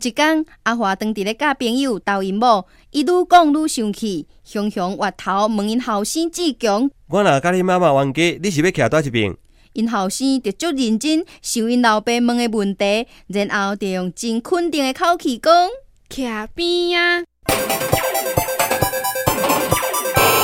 一天，阿华当伫咧甲朋友斗因某，伊愈讲愈生气，雄雄挖头问因后生志强： 我若甲你妈妈冤家，你是要徛倒一边？ 因后生就足认真想因老爸问的问题，然后就用真肯定的口气讲： 徛边啊！